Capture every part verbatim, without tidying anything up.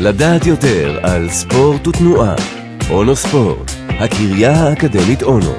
לדעת יותר על ספורט ותנועה. אונו ספורט, הקריה האקדמית אונו.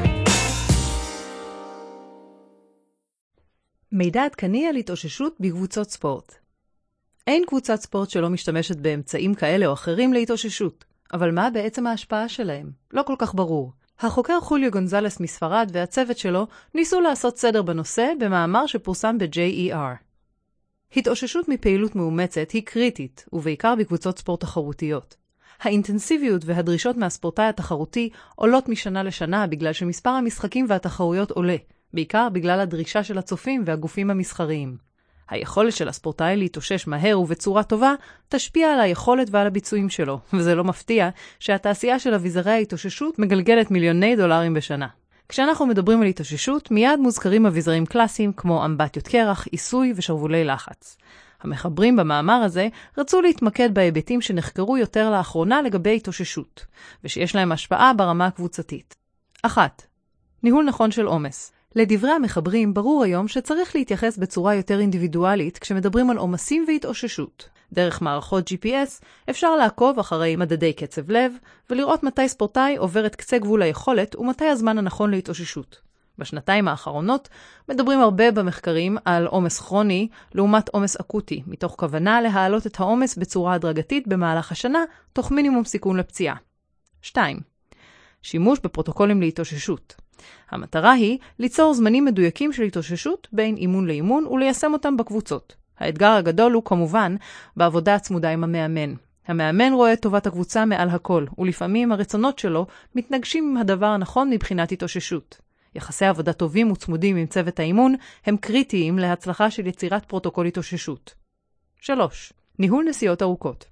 מידע עדכני על התאוששות בקבוצות ספורט. אין קבוצת ספורט שלא משתמשת באמצעים כאלה או אחרים להתאוששות, אבל מה בעצם ההשפעה שלהם? לא כל כך ברור. החוקר חוליו גונזלס מספרד והצוות שלו ניסו לעשות סדר בנושא במאמר שפורסם ב-ג'יי אי אר. התאוששות מפעילות מאומצת היא קריטית, ובעיקר בקבוצות ספורט תחרותיות. האינטנסיביות והדרישות מהספורטאי התחרותי עולות משנה לשנה בגלל שמספר המשחקים והתחרויות עולה, בעיקר בגלל הדרישה של הצופים והגופים המסחריים. היכולת של הספורטאי להתאושש מהר ובצורה טובה תשפיע על היכולת ועל הביצועים שלו, וזה לא מפתיע שהתעשייה של אביזרי ההתאוששות מגלגלת מיליוני דולרים בשנה. כשאנחנו מדברים על התאוששות, מיד מוזכרים אביזרים קלאסיים כמו אמבטיות קרח, עיסוי ושרוולי לחץ. המחברים במאמר הזה רצו להתמקד בהיבטים שנחקרו יותר לאחרונה לגבי התאוששות, ושיש להם השפעה ברמה הקבוצתית. אחת. ניהול נכון של עומס. לדברי המחברים ברור היום שצריך להתייחס בצורה יותר אינדיבידואלית כשמדברים על עומסים והתאוששות. דרך מערכות ג'י פי אס אפשר לעקוב אחרי מדדי קצב לב ולראות מתי ספורטאי עובר את קצה גבול היכולת ומתי הזמן הנכון להתאוששות. בשנתיים האחרונות מדברים הרבה במחקרים על עומס כרוני לעומת עומס אקוטי, מתוך כוונה להעלות את העומס בצורה הדרגתית במהלך השנה, תוך מינימום סיכון לפציעה. שתיים. שימוש בפרוטוקולים להתאוששות. המטרה היא ליצור זמנים מדויקים של התאוששות בין אימון לאימון וליישם אותם בקבוצות. האתגר הגדול הוא כמובן בעבודה הצמודה עם המאמן. המאמן רואה את טובת הקבוצה מעל הכל, ולפעמים הרצונות שלו מתנגשים עם הדבר הנכון מבחינת התאוששות. יחסי עבודה טובים וצמודים עם צוות האימון הם קריטיים להצלחה של יצירת פרוטוקול התאוששות. שלוש. ניהול נסיעות ארוכות.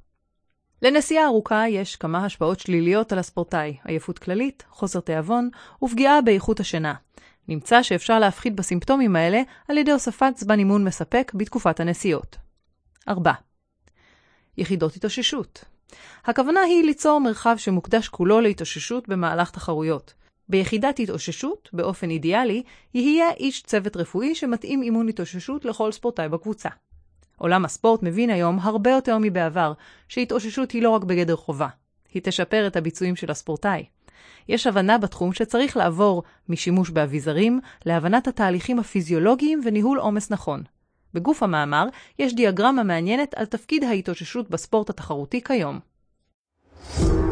לנסיעה ארוכה יש כמה השפעות שליליות על הספורטאי, עייפות כללית, חוסר תיאבון ופגיעה באיכות השינה. נמצא שאפשר להפחית בסימפטומים האלה על ידי הוספת זמן אימון מספק בתקופת הנסיעות. ארבע. יחידות התאוששות. הכוונה היא ליצור מרחב שמוקדש כולו להתאוששות במהלך תחרויות. ביחידת התאוששות, באופן אידיאלי, יהיה איש צוות רפואי שמתאים אימון התאוששות לכל ספורטאי בקבוצה. עולם הספורט מבין היום הרבה יותר מבעבר שהתאוששות היא לא רק בגדר חובה. היא תשפר את הביצועים של הספורטאי. יש הבנה בתחום שצריך לעבור משימוש באביזרים להבנת התהליכים הפיזיולוגיים וניהול עומס נכון. בגוף המאמר יש דיאגרמה מעניינת על תפקיד ההתאוששות בספורט התחרותי כיום.